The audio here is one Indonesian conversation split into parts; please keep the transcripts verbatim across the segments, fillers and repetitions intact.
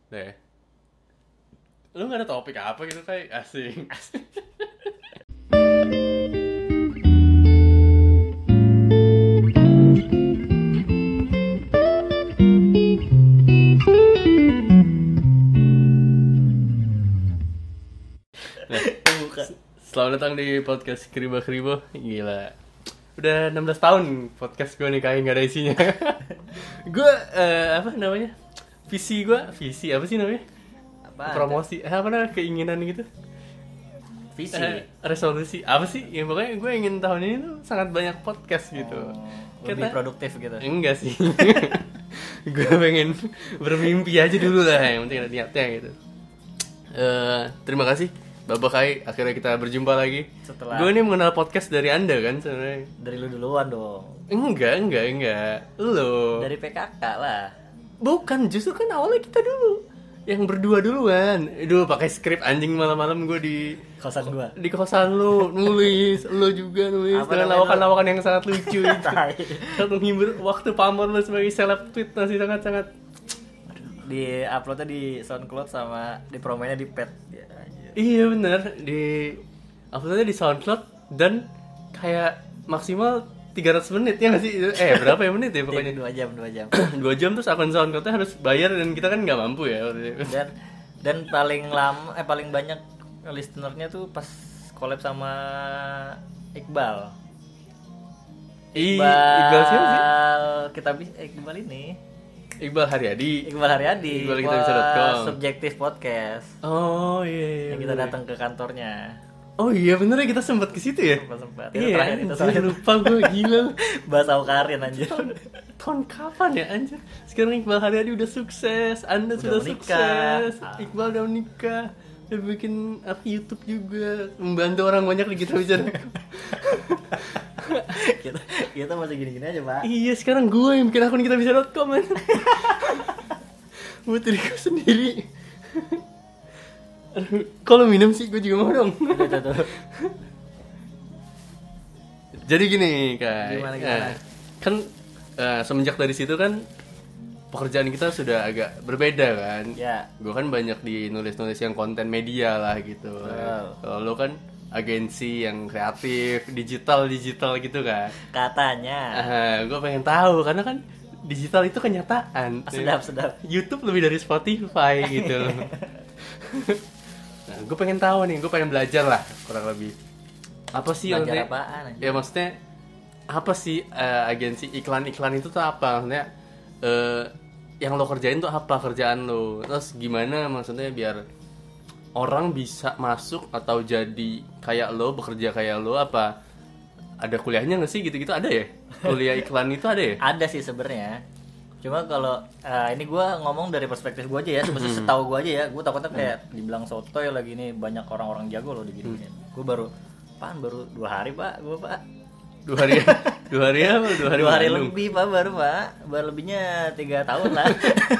Deh. Lu gak ada topik apa gitu kayak asing. Nah, selamat datang di podcast Kribo Kribo. Gila. Udah enam belas tahun podcast gue nih kayak gak ada isinya. Gue uh, apa namanya? Visi gue, visi apa sih namanya? Apa? Promosi, eh, apa namanya? Keinginan gitu. Visi. Eh, resolusi apa sih? Ya pokoknya gue ingin tahun ini tuh sangat banyak podcast gitu. Oh, lebih Kata- produktif gitu. Enggak sih. Gue pengen bermimpi aja dulu lah, yang penting ada niatnya gitu. Eh, terima kasih Bapak Kai, akhirnya kita berjumpa lagi. Setelah- Gue ini mengenal podcast dari Anda kan sebenarnya. Dari lu duluan dong. Enggak, enggak, enggak. Lo. Dari P K K lah. Bukan, justru kan awalnya kita dulu yang berdua duluan. Aduh, pakai skrip anjing malam-malam gue di Kosan gua. di kosan lu nulis, lu juga nulis Apa dengan namanya lawakan-lawakan yang sangat lucu itu. Tai. Sangat menghibur waktu pamor lu sebagai seleb tweet masih sangat-sangat. Di uploadnya di SoundCloud sama di promonya di Pet. Ya, anjir. Iya bener, di uploadnya di SoundCloud dan kayak maksimal tiga ratus menit ya nggak sih? Eh berapa ya menit ya pokoknya? dua jam, dua jam. Dua jam terus akun SoundCloudnya harus bayar dan kita kan nggak mampu ya waktu itu. Dan dan paling lama eh paling banyak listenernya tuh pas collab sama Iqbal. Ih, Iqbal siapa sih? Kita bisa Iqbal ini. Iqbal Haryadi. Iqbal Haryadi. Iqbal kita bisa dot com. Subjektif podcast. Oh iya. Yang kita bener. datang ke kantornya. Oh iya bener ya, kita sempat ke situ ya. Sempat-sempat. Itu Iya, terakhir, itu anjir, terakhir. lupa gue gila. Bahas Aukarin anjir. Tahun kapan ya anjir? Sekarang Iqbal Haryadi udah sukses, Anda Udah sudah menikah. sukses. Iqbal udah menikah. Udah bikin apa YouTube juga, membantu orang banyak di kita bicara. kita kita masih gini-gini aja, Pak. Iya, sekarang gue yang bikin akun kita bisa dot com man. Buat diri gue sendiri. Kalau minum sih gue juga mau dong. Tuh, tuh, tuh. Jadi gini Kak, Gimana, gimana? eh, kan eh, semenjak dari situ kan pekerjaan kita sudah agak berbeda kan. Ya. Gue kan banyak di nulis-nulis yang konten media lah gitu. Wow. Kalau lo kan agensi yang kreatif, digital-digital gitu kan. Katanya. Ah, gue pengen tahu karena kan digital itu kenyataan. Sedap, sedap. YouTube lebih dari Spotify gitu loh. Nah, gue pengen tahu nih, gue pengen belajar lah kurang lebih. Apa sih yang Belajar maksudnya- apaan aja? Ya maksudnya apa sih eh, agensi iklan-iklan itu tuh apa? Maksudnya eh, yang lo kerjain tuh apa kerjaan lo? Terus gimana maksudnya biar orang bisa masuk atau jadi kayak lo, bekerja kayak lo, apa ada kuliahnya nggak sih gitu-gitu, ada ya? Kuliah iklan itu ada ya? Ada sih sebenarnya. Cuma kalau eh, ini gue ngomong dari perspektif gue aja ya, sebenarnya setahu gue aja ya, gue takutnya kayak dibilang sotoy lagi nih, banyak orang-orang jago loh di gini. Gue baru, apaan baru dua hari pak, gue pak. Dua hari dua hari apa? Dua hari, Dua hari Bandung. lebih pak baru pak, baru lebihnya tiga tahun lah.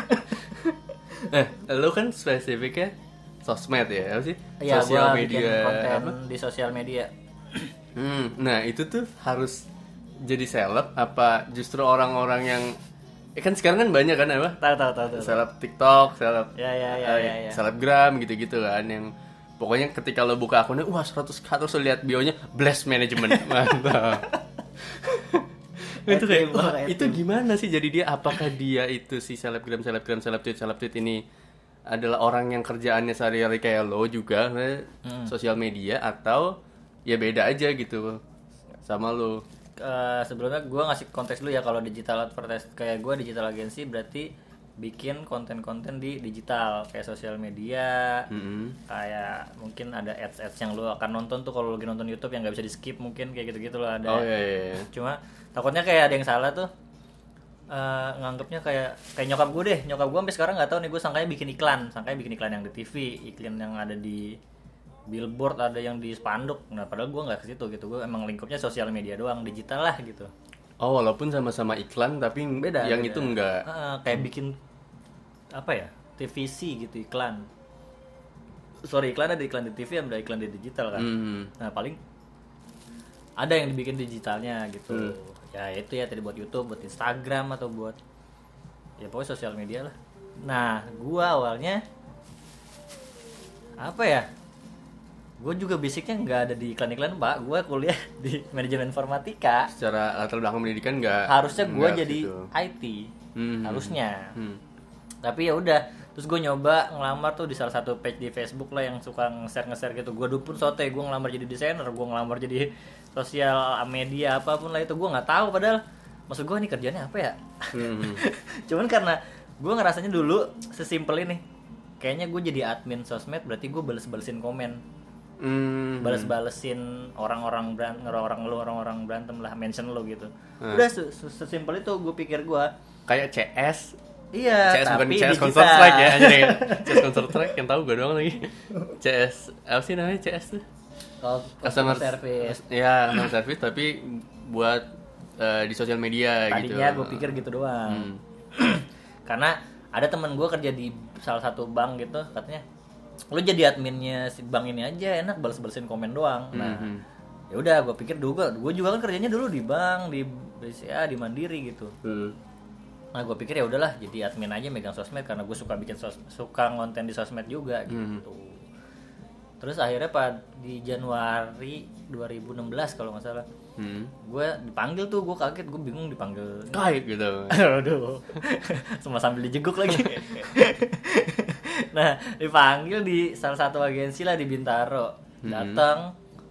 Eh, lo kan spesifiknya sosmed ya, apa sih? Iya, Sosial gue bikin media konten apa? di sosial media. Hmm, nah itu tuh harus jadi seleb apa justru orang-orang yang eh, kan sekarang kan banyak kan apa? Tahu tahu tahu tahu. Seleb TikTok, seleb Ya, ya, ya, eh, ya, ya. selebgram gitu-gitu kan yang pokoknya ketika lo buka akunnya wah seratus k terus lo lihat bio-nya blast management. Mantap. Itu kayak Etim, wah, etim. itu gimana sih jadi dia, apakah dia itu si selebgram selebgram seleb tweet seleb tweet ini adalah orang yang kerjaannya sehari-hari kayak lo juga Hmm. sosial media atau ya beda aja gitu sama lo. Eh, sebelumnya gue ngasih konteks dulu ya, kalau digital advertise kayak gue digital agency berarti bikin konten-konten di digital kayak sosial media, Mm-mm. kayak mungkin ada ads-ads yang lo akan nonton tuh kalau lagi nonton YouTube yang nggak bisa di skip, mungkin kayak gitu-gitu loh ada. Oh iya, iya, iya. Cuma takutnya kayak ada yang salah tuh, eh, nganggapnya kayak kayak nyokap gue deh, nyokap gue sampai sekarang nggak tahu nih, gue sangkanya bikin iklan, sangkanya bikin iklan yang di T V, iklan yang ada di billboard, ada yang di spanduk. Nah padahal gue nggak ke situ gitu, gue emang lingkupnya sosial media doang, digital lah gitu. Oh walaupun sama-sama iklan tapi Beda. yang beda. itu enggak. Heeh, kayak bikin apa ya, T V C gitu, iklan. Sorry, iklan ada iklan di T V, ada iklan di digital kan. Hmm. Nah paling ada yang dibikin digitalnya gitu. Hmm. Ya itu ya tadi buat YouTube, buat Instagram atau buat ya pokoknya sosial media lah. Nah, gua awalnya apa ya? Gue juga basicnya nggak ada di iklan-iklan, Pak. Gue kuliah di manajemen informatika. Secara latar belakang pendidikan nggak. Harusnya gue jadi gitu. I T. Hmm. Harusnya. Hmm. Tapi ya udah. Terus gue nyoba ngelamar tuh di salah satu page di Facebook lah yang suka nge-share nge-share gitu. Gue dupun sote. Gue ngelamar jadi desainer. Gue ngelamar jadi sosial media apapun lah itu. Gue nggak tahu padahal. Maksud gue ini kerjanya apa ya? Hmm. Cuman karena gue ngerasanya dulu sesimpel ini. Kayaknya gue jadi admin sosmed berarti gue bales-balesin komen. Hmm. Bales-balesin orang-orang berantem, orang-orang lu, orang-orang berantem lah, mention lu gitu. Hmm. Udah sesimpel itu gue pikir gue. Kayak C S. Iya, C S tapi bukan C S di Counter kita. Strike ya, anjir. C S Counter Strike yang tahu gue doang lagi. C S apa sih namanya C S tuh? Oh, customer service. Ya, customer service tapi buat uh, di sosial media gitu. Tadinya gue pikir gitu doang. Hmm. Karena ada teman gue kerja di salah satu bank gitu, katanya lu jadi adminnya si bank ini aja enak balas-balesin komen doang. Nah, Mm-hmm. ya udah gue pikir dulu gue juga kan kerjanya dulu di bank, di B C A, di Mandiri gitu. Hmm. Nah gue pikir ya udahlah jadi admin aja megang sosmed karena gue suka bikin sos suka konten di sosmed juga gitu. Hmm. Terus akhirnya pada di Januari dua ribu enam belas kalau nggak salah, Hmm. gue dipanggil tuh, gue kaget, gue bingung dipanggil. Kayak gitu. Aduh, semua sambil dijeguk lagi. Nah, dipanggil di salah satu agensi lah di Bintaro. Datang,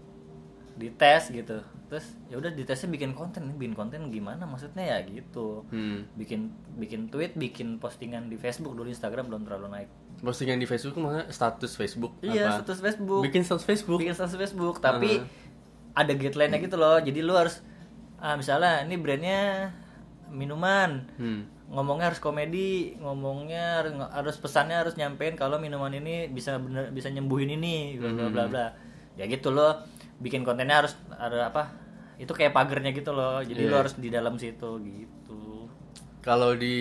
dites gitu. Terus ya udah ditesnya bikin konten, bikin konten gimana maksudnya ya gitu. Hmm. Bikin bikin tweet, bikin postingan di Facebook, dulu Instagram belum terlalu naik. Postingan di Facebook maksudnya status Facebook Iya, apa? status Facebook. Bikin status Facebook. Bikin status Facebook, tapi Uh. ada guideline-nya gitu loh. Jadi lu harus ah, misalnya ini brandnya minuman. Hmm. Ngomongnya harus komedi, ngomongnya harus, harus pesannya harus nyampein kalau minuman ini bisa bener bisa nyembuhin ini, bla bla bla bla. Ya gitu loh. Bikin kontennya harus ada apa? Itu kayak pagernya gitu loh. Jadi Yeah. lo harus di dalam situ gitu. Kalau di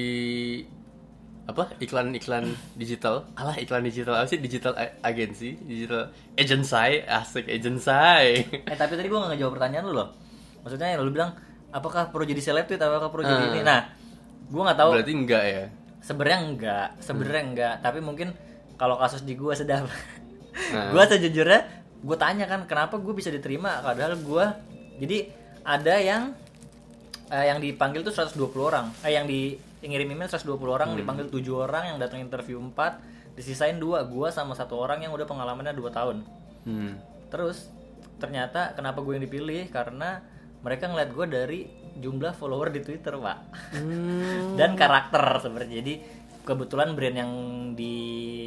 apa iklan-iklan digital, alah iklan digital apa sih, digital a- agency, digital agency, asik agency. Eh tapi tadi gua nggak ngejawab pertanyaan lu loh. Maksudnya lu bilang apakah perlu jadi seleb-tweet, apakah perlu jadi Ah. ini. Nah, gua nggak tahu. Berarti enggak ya? Sebenarnya enggak, sebenarnya Hmm. enggak. Tapi mungkin kalau kasus di gua sedang, Nah. gua sejujurnya, gua tanya kan kenapa gua bisa diterima, padahal gua, jadi ada yang eh, yang dipanggil tuh seratus dua puluh orang, eh yang di yang ngirim email seratus dua puluh orang, Hmm. dipanggil tujuh orang, yang datang interview empat, disisain dua, gua sama satu orang yang udah pengalamannya dua tahun. Hmm. Terus ternyata kenapa gue yang dipilih karena mereka ngeliat gue dari jumlah follower di Twitter, Pak. Hmm. Dan karakter sebenarnya. Jadi kebetulan brand yang di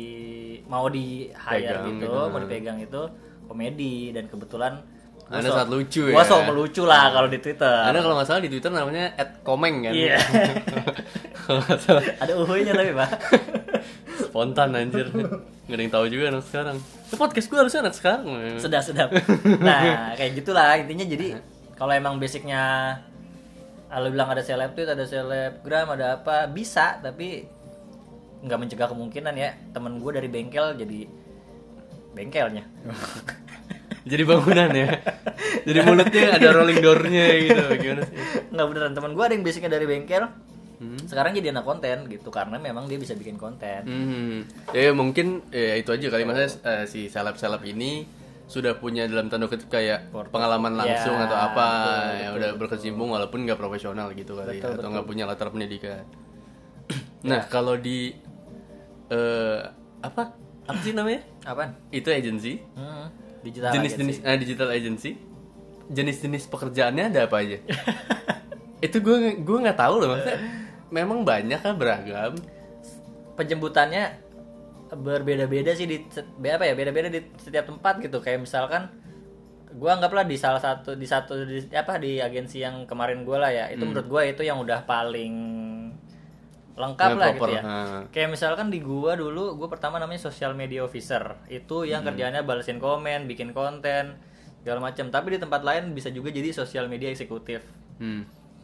mau di hire Pegang gitu, gitu. mau dipegang itu komedi, dan kebetulan gua Anda sok- sangat lucu gua ya. sok melucu lah kalau di Twitter. Anda kalau nggak salah di Twitter namanya et komeng kan? Iya. Kalau nggak salah. Ada uhunya tapi, Pak. Spontan anjir. Nggak ada yang tahu juga anak sekarang. Itu podcast gue harusnya anak sekarang. Sedap sedap. Nah kayak gitulah intinya. Jadi kalau emang basicnya ah, lo bilang ada seleb tweet, ada selebgram, ada apa, bisa, tapi nggak mencegah kemungkinan ya temen gue dari bengkel jadi bengkelnya. Jadi bangunan ya. Jadi mulutnya ada rolling door-nya gitu. Gimana sih? Nggak beneran, temen gue ada yang basicnya dari bengkel, Hmm. sekarang jadi anak konten gitu karena memang dia bisa bikin konten. Hmm. Ya mungkin ya itu aja kali, maksudnya eh, si seleb-seleb ini sudah punya dalam tanda kutip kayak Porto- pengalaman langsung Ya, atau apa betul, yang betul, udah betul. berkecimpung walaupun nggak profesional gitu kali, Betul, atau betul. nggak punya latar pendidikan. Nah kalau di eh, apa apa sih namanya? Apaan? Itu agency. Hmm, digital Jenis-jenis agency. eh, digital agency. Jenis-jenis pekerjaannya ada apa aja? Itu gue gue nggak tahu loh, maksudnya memang banyak kan, beragam. Penjemputannya berbeda-beda sih di set- be- apa ya beda-beda di setiap tempat gitu. Kayak misalkan gua anggaplah di salah satu di satu di, apa di agensi yang kemarin gua lah ya, itu Hmm. menurut gua itu yang udah paling lengkap Yang lah proper, gitu ya. ha. Kayak misalkan di gua dulu, gua pertama namanya social media officer. Itu yang Hmm. kerjanya balesin komen, bikin konten segala macam. Tapi di tempat lain bisa juga jadi social media eksekutif. Hmm.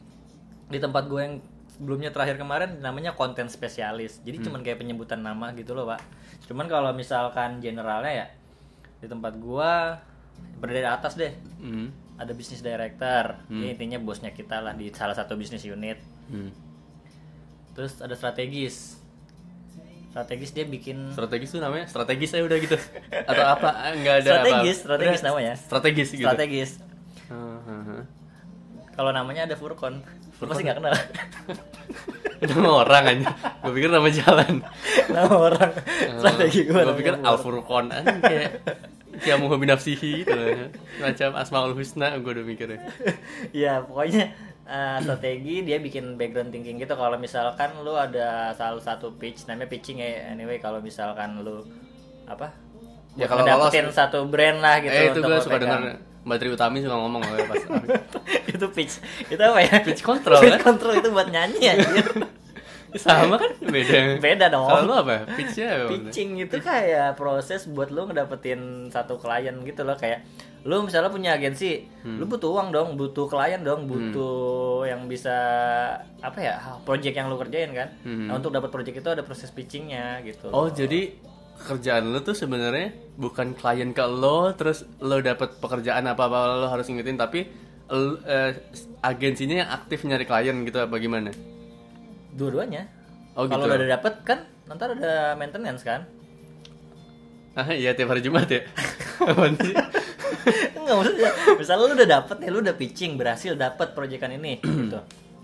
Di tempat gue yang sebelumnya terakhir kemarin namanya konten spesialis. Jadi Hmm. cuman kayak penyebutan nama gitu loh, Pak. Cuman kalau misalkan generalnya ya di tempat gue berdiri di atas deh. Hmm. Ada bisnis director. Hmm. Dia intinya bosnya kita lah di salah satu bisnis unit. Hmm. Terus ada strategis. Strategis dia bikin Strategis tuh namanya strategis aja udah gitu. Atau apa? Enggak ada strategis, apa. strategis Udah, namanya. Strategis gitu. Strategis. Uh-huh. Kalau namanya ada Furkon. Lu pasti nggak kenal. Nama orang aja. Gue pikir nama jalan. Nama orang. Strategi gue. Gue pikir Al-Furqan kan kayak kayak Muhammad Nafsihi gitu lah. Macam Asmaul Husna gue udah mikirnya. Ya pokoknya uh, strategi dia bikin background thinking gitu. Kalau misalkan lu ada salah satu pitch, namanya pitching ya. Anyway kalau misalkan lu apa? Ya kalau kalau dapetin lolos, satu brand lah gitu. Eh itu untuk gue lo suka pegang. denger Mbak Tri Utami suka ngomong ya pas. Itu pitch. Itu apa ya? Pitch control Pitch kan? control itu buat nyanyi ya. Sama kan beda. Beda dong. Kalau lu apa? Pitch-nya apa? Pitching itu kayak proses buat lu ngedapetin satu klien gitu loh. Kayak lu misalnya punya agensi, hmm. lu butuh uang dong, butuh klien dong, butuh hmm. yang bisa apa ya, project yang lu kerjain kan. Hmm. Nah untuk dapat project itu ada proses pitchingnya gitu. Oh jadi kerjaan lu tuh sebenarnya bukan klien ke lo, terus lo dapet pekerjaan apa apa lo harus ingetin, tapi lo, eh, agensinya yang aktif nyari klien gitu apa gimana? Dua-duanya. Oh, kalau gitu. udah dapet kan, ntar ada maintenance kan? Ah iya tiap hari Jumat ya. Apaan sih? Enggak maksudnya, misalnya lu udah dapet nih, lu udah pitching berhasil dapet proyekan ini gitu.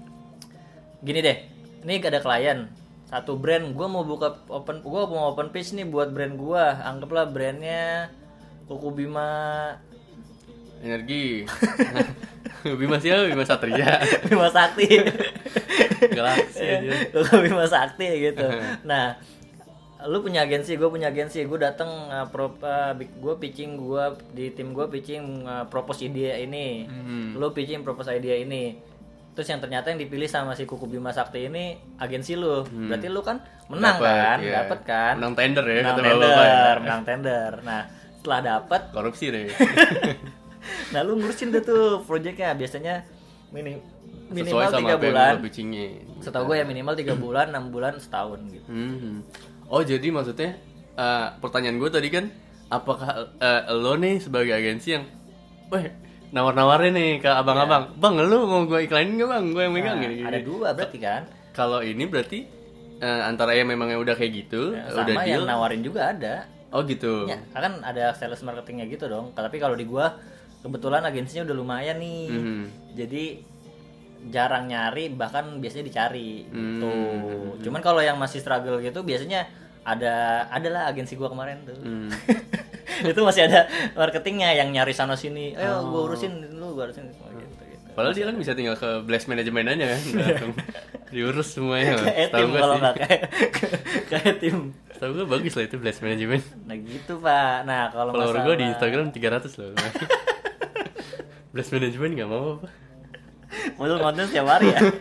Gini deh, ini ada klien satu brand, gue mau buka open, gue mau open pitch nih buat brand gue, anggaplah brandnya Kuku Bima Energi. Bima siapa? Bima Satria. Bima Sakti. Galaksi aja. Kuku Bima Sakti gitu. Nah, lu punya agensi, gue punya agensi, gue dateng uh, pro, uh, gue pitching, gue di tim gue pitching uh, propose ide ini, hmm. lu pitching propose ide ini. Terus yang ternyata yang dipilih sama si Kuku Bima Sakti ini agensi lu, hmm. berarti lu kan menang dapet, kan, iya. dapet kan, menang tender ya, menang kata tender, bapak. menang tender. Nah setelah dapet, korupsi deh. Nah lu ngurusin deh tuh proyeknya, biasanya mini, minimal tiga bulan, setahu gue ya minimal tiga bulan, enam bulan, setahun gitu. Hmm. Oh jadi maksudnya uh, pertanyaan gue tadi kan, apakah uh, lo nih sebagai agensi yang, weh nawar-nawarin nih ke abang-abang, ya. Bang lu mau gue iklanin nggak bang, gue yang megang nah, gini, ada dua berarti kan. Kalau ini berarti uh, antara yang memangnya udah kayak gitu, ya, udah sama deal. Yang nawarin juga ada. Oh gitu. Ya, kan ada sales marketingnya gitu dong. Tapi kalau di gua kebetulan agensinya udah lumayan nih, mm-hmm. jadi jarang nyari, bahkan biasanya dicari mm-hmm. gitu. Cuman kalau yang masih struggle gitu biasanya ada adalah agensi gua kemarin tuh. Mm. Itu masih ada marketingnya yang nyari sana sini. Ayo oh. gua urusin lu, gua urusin gitu, gitu. Padahal dia kan bisa tinggal ke blast management aja kan, langsung diurus semuanya. Kayak tim kalau nggak kayak kayak tim. Tahu gue bagus lah itu blast management. Nah gitu pak. Nah kalau follower masalah... gue di Instagram tiga ratus loh. Blast management nggak mau apa? Model konten setiap hari ya.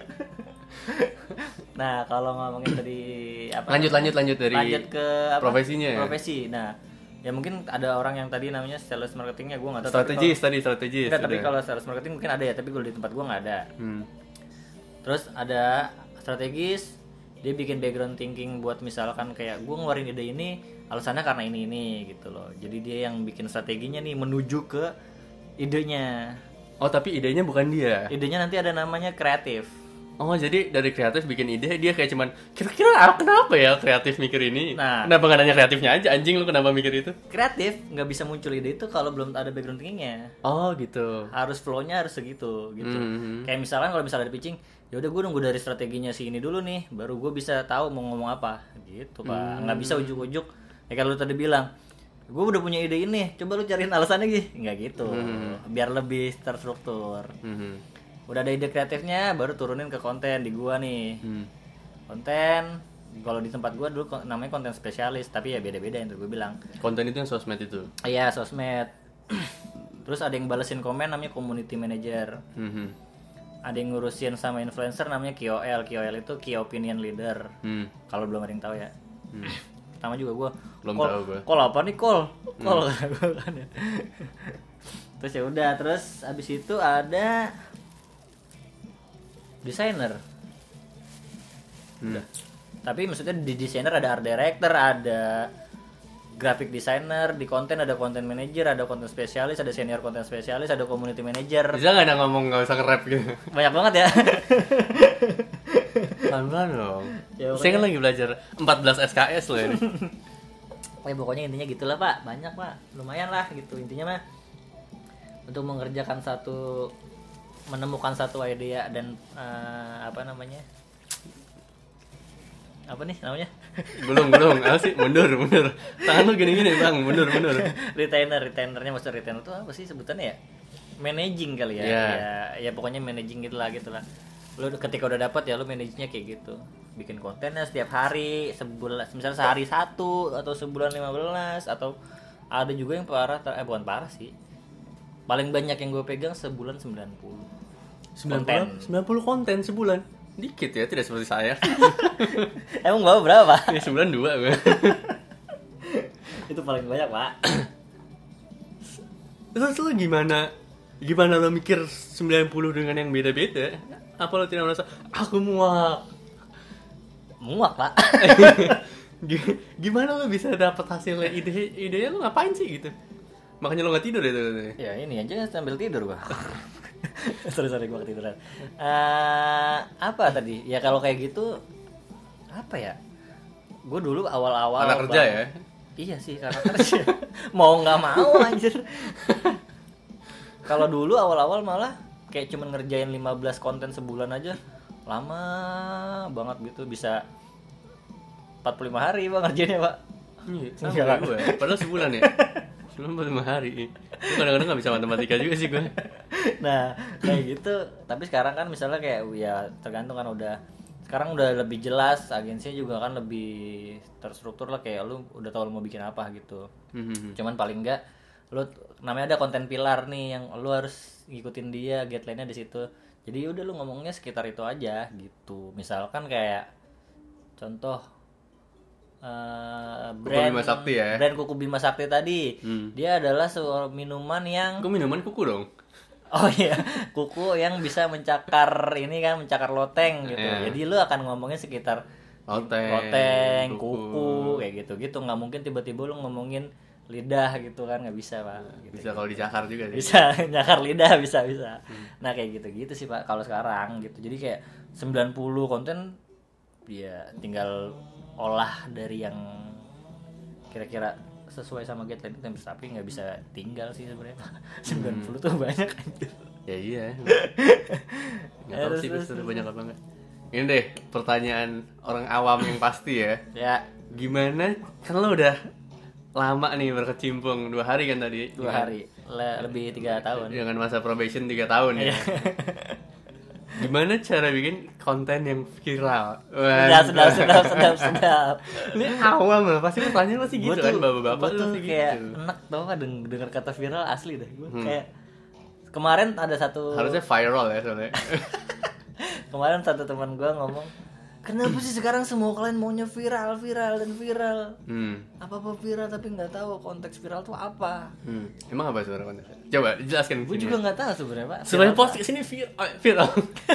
Nah kalau ngomongin tadi apa? Lanjut lanjut lanjut dari lanjut ke apa? Profesinya. Ya? Profesi. Nah ya mungkin ada orang yang tadi namanya sales marketingnya, gue nggak tahu. Strategis kalau... tadi strategis. Enggak, tapi kalau sales marketing mungkin ada ya, tapi kalau di tempat gue nggak ada. Hmm. Terus ada strategis, dia bikin background thinking buat misalkan kayak gue ngeluarin ide ini alasannya karena ini ini gitu loh. Jadi dia yang bikin strateginya nih menuju ke idenya. Oh tapi idenya bukan dia. Idenya nanti ada namanya kreatif. Oh jadi dari kreatif bikin ide, dia kayak cuman kira-kira kenapa ya kreatif mikir ini? Nah, kenapa nggak nanya kreatifnya aja, anjing lu kenapa mikir itu? Kreatif nggak bisa muncul ide itu kalau belum ada background thinkingnya. Oh gitu. Harus flow-nya harus segitu gitu. Mm-hmm. Kayak misalkan kalau misalnya ada pitching, ya udah gue nunggu dari strateginya si ini dulu nih, baru gue bisa tahu mau ngomong apa gitu pak. Mm-hmm. Nggak bisa ujuk-ujuk. Ya kalau lu tadi bilang, gue udah punya ide ini, coba lu cariin alasannya gitu. Nggak gitu. Mm-hmm. Biar lebih terstruktur. Mm-hmm. Udah ada ide kreatifnya, baru turunin ke konten di gua nih. Hmm. Konten, kalau di tempat gua dulu namanya konten spesialis, tapi ya beda-beda yang gua bilang. Konten itu yang sosmed itu? Iya, sosmed. Terus ada yang balesin komen namanya community manager. Hmm. Ada yang ngurusin sama influencer namanya K O L. K O L itu Key Opinion Leader. Hmm. Kalau belum ada yang tahu ya. Hmm. Pertama juga gua. Belum call, tahu gua. Call apa nih call? Call hmm. kan ya. Terus ya udah, terus abis itu ada desainer. Hmm. Tapi maksudnya di desainer ada art director, ada graphic designer, di konten ada content manager, ada content spesialis, ada senior content spesialis, ada community manager. Bisa nggak ada ngomong nggak usah nge-rap gitu? Banyak banget ya. Pelan-pelan dong. Ya, Saya kan pokoknya- lagi belajar empat belas S K S loh ini. Ya pokoknya intinya gitulah Pak, banyak Pak, lumayan lah gitu intinya mah untuk mengerjakan satu, menemukan satu ide dan eh, apa namanya, apa nih namanya Gulung, gulung. Apa sih? Mundur, mundur. Tangan lu gini-gini, Bang. Mundur, mundur. retainer, retainernya maksud retainer itu apa sih sebutannya ya? Managing kali ya, Yeah. ya, ya pokoknya managing gitulah gitulah. Lu ketika udah dapat ya lu managingnya kayak gitu, bikin kontennya setiap hari, sebulan, misalnya sehari satu atau sebulan lima belas, atau ada juga yang parah, eh bukan parah sih, paling banyak yang gue pegang sebulan sembilan puluh sembilan konten. puluh, sembilan puluh konten sebulan. Dikit ya, tidak seperti saya. Emang bawa berapa? Ya, sebulan dua gue. Itu paling banyak Pak. Terus lu gimana? Gimana lo mikir sembilan puluh dengan yang beda-beda? Apa lo tidak merasa aku muak? Muak Pak. G- Gimana lo bisa dapat hasilnya? Ide idenya lo ngapain sih gitu? Makanya lo nggak tidur ya tuh. Ya ini aja sambil tidur gua. sorry sorry gua ketiduran. Eh apa tadi? Ya kalau kayak gitu apa ya? Gue dulu awal-awal Anak kerja bang- ya? Iya sih karena kerja. Mau nggak mau anjir. Kalau dulu awal-awal malah kayak cuman ngerjain lima belas konten sebulan aja lama banget gitu, bisa empat puluh lima hari Bang ngerjainnya Pak. Iya, sama Enggak. kayak gue. Padahal sebulan ya. Sebelum lima hari. Gue kadang-kadang nggak bisa matematika juga sih gue. Nah kayak gitu, tapi sekarang kan misalnya kayak ya tergantung kan, udah sekarang udah lebih jelas, agensinya juga kan lebih terstruktur lah, kayak lu udah tahu lu mau bikin apa gitu. Mhm. Cuman paling enggak lu namanya ada konten pilar nih yang lu harus ngikutin dia, guideline-nya di situ. Jadi udah lu ngomongnya sekitar itu aja gitu. Misalkan kayak contoh eh, Kuku brand Bima Sakti ya? brand Kuku Bima Sakti tadi. Hmm. Dia adalah sebuah minuman yang Gue minuman kuku dong. oh iya, kuku yang bisa mencakar ini kan, mencakar loteng gitu. Iya. Jadi lu akan ngomongnya sekitar Loteng, loteng, kuku. kuku, kayak gitu-gitu. Nggak mungkin tiba-tiba lu ngomongin lidah gitu kan, nggak bisa Pak. Gitu. Bisa kalau dicakar juga sih. Bisa nyakar lidah, bisa bisa. Nah kayak gitu-gitu sih Pak kalau sekarang gitu. Jadi kayak sembilan puluh konten ya tinggal olah dari yang kira-kira sesuai sama guideline itu, tapi nggak bisa tinggal sih sebenarnya. sembilan puluh tuh banyak anjir. Ya iya. Nggak tahu Terus, sih gue terus, sudah banyak apa enggak. Ini deh pertanyaan orang awam yang pasti ya. Ya, Gimana? Kan lo udah lama nih berkecimpung dua hari kan tadi? dua hari. Le- lebih tiga tahun. Dengan masa probation tiga tahun ya. Iya. Gimana cara bikin konten yang viral? Sedap, sedap, sedap, sedap, sedap. Ini awam lah, pasti pertanyaan pasti gitu Gua kan, tuh- bapak-bapak gua tuh tuh pasti kayak gitu. enak tau kan deng- denger kata viral asli deh. Gua Hmm. kayak kemarin ada satu Harusnya viral ya soalnya. kemarin satu teman gua ngomong, kenapa sih sekarang semua kalian maunya viral, viral dan viral? Hmm. Apa-apa viral tapi nggak tahu konteks viral tuh apa. Hmm. Emang apa sebenarnya kontennya? Coba jelaskan. Gue sini. juga nggak tahu sebenarnya Pak. Sebenarnya Viral post sini viral. oh, viral.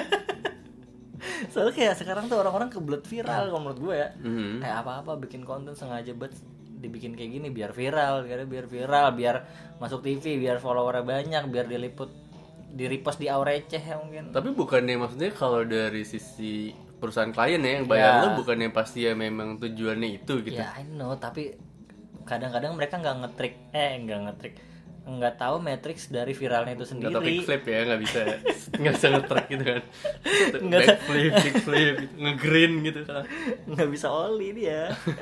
Soalnya kayak sekarang tuh orang-orang kebelet viral kalau menurut gue ya. Mhm. Kayak apa-apa bikin konten sengaja banget dibikin kayak gini biar viral, biar biar viral, biar masuk T V, biar followernya banyak, biar diliput, di repost di Aureceh ya mungkin. Tapi bukannya maksudnya kalau dari sisi perusahaan klien ya yang bayar Ya. lo, bukannya pasti ya memang tujuannya itu gitu. Ya I know, tapi kadang-kadang mereka nggak ngetrik, eh nggak ngetrik, nggak tahu matrix dari viralnya itu Nggak tahu sendiri. kickflip ya, nggak bisa nggak bisa nge-track gitu kan. Nggak bisa. Backflip, kickflip, gitu. nge-green gitu kan. Nggak bisa oli dia.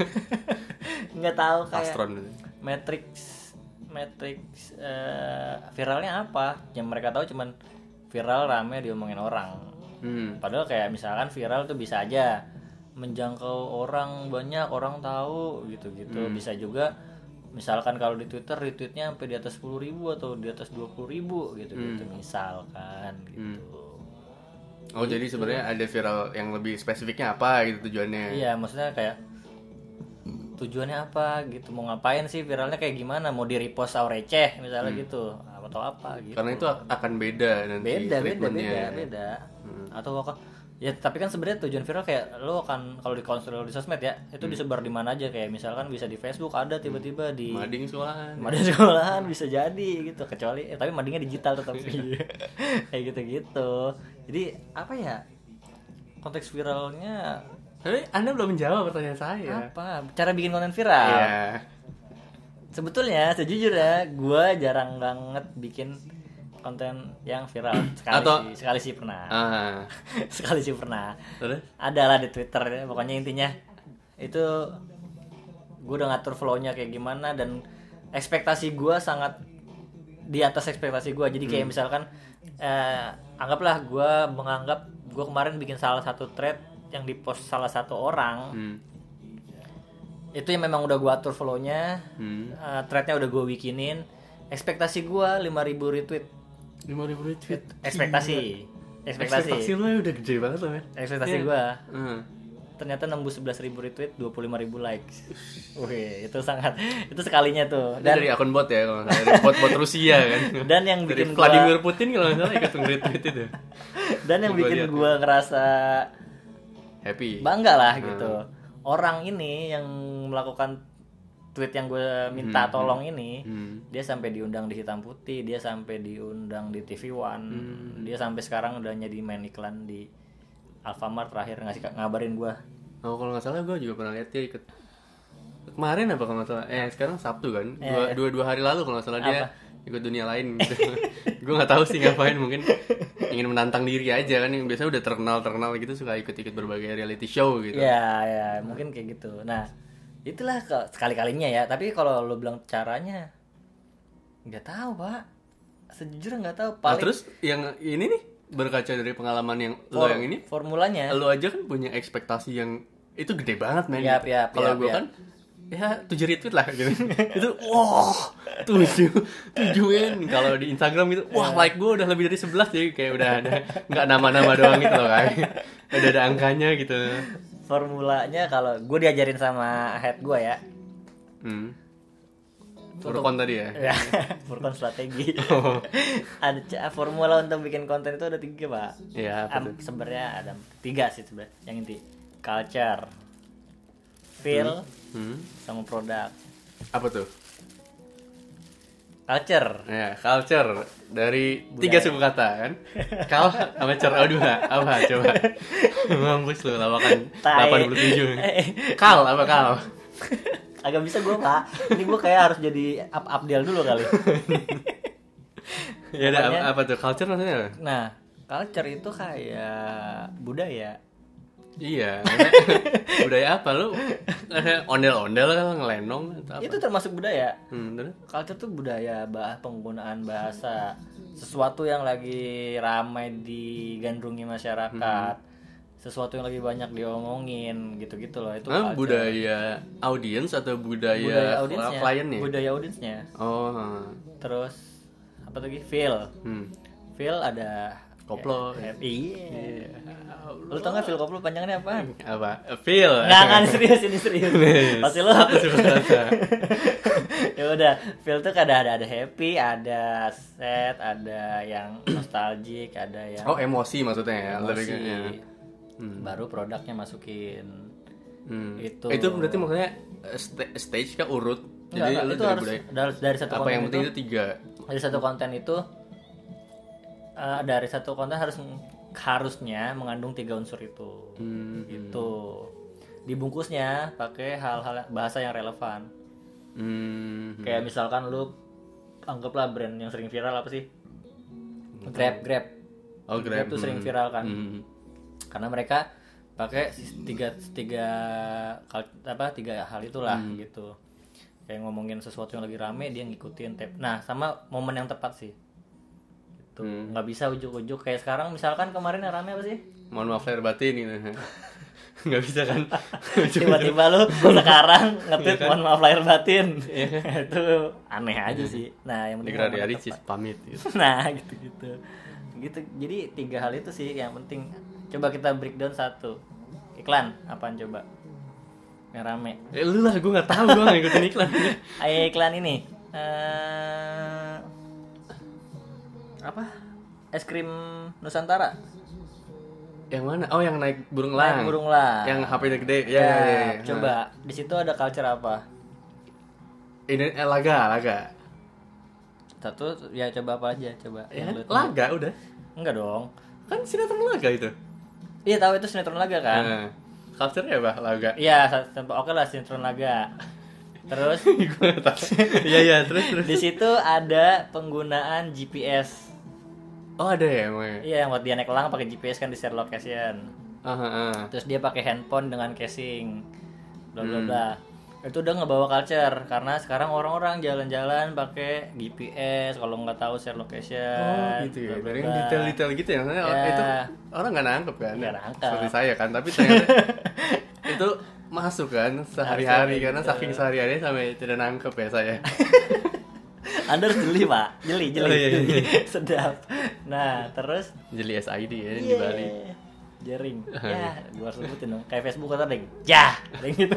Nggak tahu kayak Astron gitu. matrix matrix eh, viralnya apa? Yang mereka tahu cuman viral rame diomongin orang. Hmm. Padahal kayak misalkan viral tuh bisa aja menjangkau orang banyak, orang tahu gitu-gitu. Hmm. Bisa juga misalkan kalau di Twitter retweetnya sampai di atas sepuluh ribu atau di atas dua puluh ribu gitu-gitu Hmm. misalkan gitu. Oh jadi sebenarnya ada viral yang lebih spesifiknya apa gitu tujuannya? Iya, maksudnya kayak tujuannya apa gitu, mau ngapain sih viralnya, kayak gimana, mau di repost Aureceh misalnya gitu atau apa gitu. Karena itu akan beda nanti beda beda treatmentnya. beda beda atau akan ya, tapi kan sebenarnya tujuan viral kayak lo akan kalau di konsul di sosmed ya itu disebar di mana aja, kayak misalkan bisa di Facebook ada tiba-tiba di Mading sekolahan. mading sekolahan bisa jadi gitu, kecuali eh, tapi madingnya digital tetap kayak gitu gitu. Jadi apa ya, konteks viralnya Tapi Anda belum menjawab pertanyaan saya. apa? Cara bikin konten viral. Iya. Sebetulnya sejujurnya gue jarang banget bikin konten yang viral. Sekali Atau- sih, sekali sih pernah. Ah. Sekali sih pernah. Terus? Ada lah di Twitter ya. Pokoknya intinya itu gue udah ngatur flow-nya kayak gimana dan ekspektasi gue sangat di atas ekspektasi gue. Jadi kayak misalkan eh, anggaplah gue menganggap gue kemarin bikin salah satu thread yang di post salah satu orang. Hmm. Itu yang memang udah gue atur flow-nya. Hmm. Uh, threadnya udah gue bikinin. Ekspektasi gue lima ribu retweet. lima ribu retweet. Ekspektasi. Ekspektasi. Ekspektasi lu udah gede banget loh, men. Ekspektasi Iya. gue. Hmm. Ternyata nembus sebelas ribu retweet, dua puluh lima ribu likes. Wih, itu sangat itu sekalinya tuh. Dan Dan dari akun bot ya kalau nggak salah, dari bot-bot Rusia kan. dan yang Dari bikin gua Vladimir Putin kalau nggak salah ikut nge-retweet itu. dan yang Gua bikin lihat gue ngerasa Happy. bangga lah Hmm. gitu. Orang ini yang melakukan tweet yang gue minta Hmm, tolong ini, Hmm. dia sampai diundang di Hitam Putih, dia sampai diundang di T V One, Hmm. dia sampai sekarang udah jadi main iklan di Alfamart terakhir ngasih ngabarin gue. Oh kalau nggak salah gue juga pernah lihat dia ikut kemarin apa kalau nggak salah eh sekarang Sabtu kan dua, Eh. dua dua hari lalu kalau nggak salah dia Apa? ikut dunia lain gitu. Gue nggak tahu sih ngapain, mungkin ingin menantang diri aja kan, yang biasanya udah terkenal terkenal gitu suka ikut-ikut berbagai reality show gitu. Ya, ya mungkin kayak gitu. Nah, itulah ke- sekali-kalinya ya. Tapi kalau lo bilang caranya, nggak tahu pak. Sejujurnya nggak tahu. Nah, Paling terus yang ini nih berkaca dari pengalaman yang lo for- yang ini, formulanya. lo aja kan punya ekspektasi yang itu gede banget men. Yap, yap, Kalau yap, gue yap. kan ya tujuh retweet lah gitu. Itu wah tujuh tujuh men. Kalau di Instagram gitu wah like gue udah lebih dari sebelas, jadi kayak udah ada nggak nama-nama doang gitu loh kayak ada ada angkanya gitu. Formulanya kalau gue diajarin sama head gue ya. Hmm. Untuk- Urkon tadi ya. Ya, Furkon strategi. Oh. Ada ca- formula untuk bikin konten itu ada tiga pak. Iya, apa Am- tuh? sebenarnya ada tiga sih sebenarnya. Yang inti culture, feel, Hmm. sama produk. Apa tuh? Culture. Ya, culture dari Budaya. tiga suku kata kan. Kal sama cer oh dua. Apa coba? Mampus lu lawakan Tai. delapan puluh tujuh. Kal apa kal? Agak bisa gue pak. Ini gue kayak harus jadi up updel dulu kali. Ya udah, apa, Pokoknya- apa tuh culture maksudnya? apa? Nah, culture itu kayak budaya. Iya. Budaya apa lu? Ondel-ondel kan ngelenong atau apa? Itu termasuk budaya. Hmm, terus? Culture tuh budaya, bah penggunaan bahasa, sesuatu yang lagi ramai digandrungi masyarakat, sesuatu yang lagi banyak diomongin, gitu-gitu loh. Itu Hah, culture. budaya audiens atau budaya, budaya audiensnya, kliennya? budaya audiensnya. Oh. ah. Terus apa lagi? Feel, Hmm. feel ada Koplo. Eh, Iya. Lu tau gak feel koplo panjangannya apaan? Apa? Feel. Nggak kan serius ini serius. Pasti lo. Satu suku kata. Ya udah, feel tuh ada ada ada happy, ada sad, ada yang nostalgic, ada yang Oh, emosi maksudnya ya, lebih ke- emosi. ya. Hmm. Baru produknya masukin. Hmm. Itu. Itu berarti maksudnya eh, sta- stage kah urut? Enggak, Jadi enggak, lu itu dari harus budaya. dari, dari satu Apa konten yang itu, penting itu tiga. dari satu konten itu eh, dari satu konten harus harusnya mengandung tiga unsur itu. Hmm. Itu. Dibungkusnya pakai hal-hal bahasa yang relevan. Hmm. Kayak misalkan lu anggaplah brand yang sering viral apa sih? Grab, Grab. Oh, Grab. tuh sering Hmm. viral kan. Hmm. Karena mereka pakai sis- tiga tiga kal- apa tiga hal itulah Hmm. gitu. Kayak ngomongin sesuatu yang lagi rame dia ngikutin tap. Nah, sama momen yang tepat sih. Gitu. Hmm. Nggak bisa ujuk-ujuk kayak sekarang misalkan kemarin yang rame apa sih? Mohon maaf lahir batin gitu. Nggak bisa kan? Tiba-tiba lu sekarang nge-tweet Iya kan? mohon maaf lahir batin. Iya. Itu aneh aja sih. Nah, yang penting Dikira momen dari tepat. Ricis pamit gitu. Nah gitu-gitu gitu jadi tiga hal itu sih yang penting. Coba kita breakdown satu. Iklan apaan coba yang rame? Eh lu lah, gue nggak tahu, gue nggak ngikutin iklan. Ayo iklan ini eh apa es krim Nusantara Yang mana? Oh, yang naik burung naik lang. burung lah. Yang H P-nya gede. Ya, Ya, ya, ya, ya. coba di situ ada culture apa? Ini eh, laga, laga. Satu ya coba apa aja coba Ya, yang lu- laga udah. enggak dong. Kan sinetron laga itu. Iya tahu itu sinetron laga kan? Nah, culture-nya apa laga? Iya, sampai oke lah sinetron laga. Terus Iya iya terus terus. di situ ada penggunaan G P S. Oh ada ya emang. Iya, yang buat dia naik elang pakai G P S kan di share location. Ah, ah, ah. Terus dia pakai handphone dengan casing. Bla bla Hmm. bla. Itu udah ngebawa culture karena sekarang orang-orang jalan-jalan pakai G P S kalau nggak tahu share location. Oh gitu ya. bla, bla, Dari bla. detail-detail gitu ya. Maksudnya Ya. itu orang nggak nangkep kan. Nggak nangkep. Seperti saya kan. Tapi ternyata itu masuk kan sehari-hari Harusnya karena gitu. saking sehari-hari sampai tidak nangkep ya saya. Anda harus jeli pak, jeli jeli, Oh, iya, iya. jeli. Sedap. Nah terus Jeli S I D ya di Iya. Bali. Jaring. Ya, gua harus sebutin dong. Kayak Facebook kata deng. Ya, deng gitu.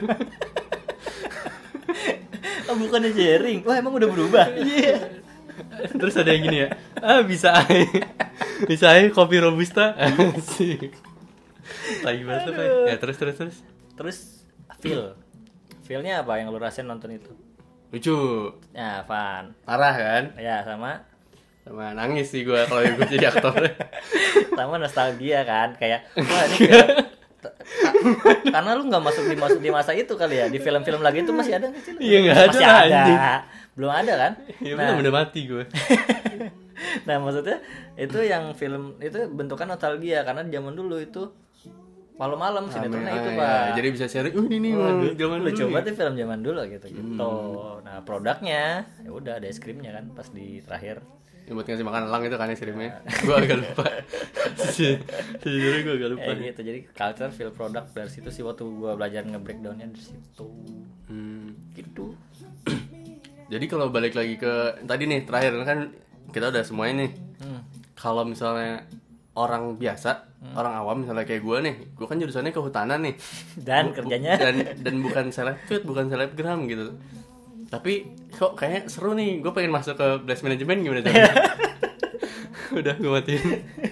Oh, bukannya jaring. Wah, emang udah berubah. Iya. Terus ada yang gini ya. Ah bisa aja. Bisa aja kopi robusta. Asik. Tai banget tuh, Pak. Ya terus terus terus. Terus feel. Feel-nya apa yang lu rasain nonton itu? Lucu. Ya, fun. Parah kan? Ya, sama Sama nangis sih gue kalau gue jadi aktor. sama nostalgia kan, kayak wah ini film t- t- karena lu nggak masuk di masuk di masa itu kali ya, di film-film lagi itu masih ada nggak sih? Iya, nggak ada Masih lah, ada, anjing. belum ada kan? Ya Nah, bener udah mati gue. nah maksudnya itu yang film itu bentukan nostalgia karena zaman dulu itu malam-malam sinetronnya itu Ah, pak. ya, jadi bisa sharing. Uh ini nih Waduh, zaman lu dulu. coba nih. tuh film zaman dulu gitu gitu. Nah produknya ya udah ada es krimnya kan pas di terakhir. Ya, buat ngasih makan elang itu kan es krimnya. Gue agak lupa. Sejujurnya gue agak lupa. Eh gitu, jadi culture feel product dari situ sih waktu gua belajar nge-breakdownnya dari situ. Hmm. Gitu. Jadi kalau balik lagi ke tadi nih terakhir kan kita udah semuanya nih. Hmm. Kalau misalnya orang biasa, orang awam misalnya kayak gue nih, gue kan jurusannya kehutanan nih. Dan Bu- bu- kerjanya dan dan bukan selebgram, bukan selebgram gitu. Tapi kok kayaknya seru nih, gue pengen masuk ke blast management gimana caranya? Udah gue matiin.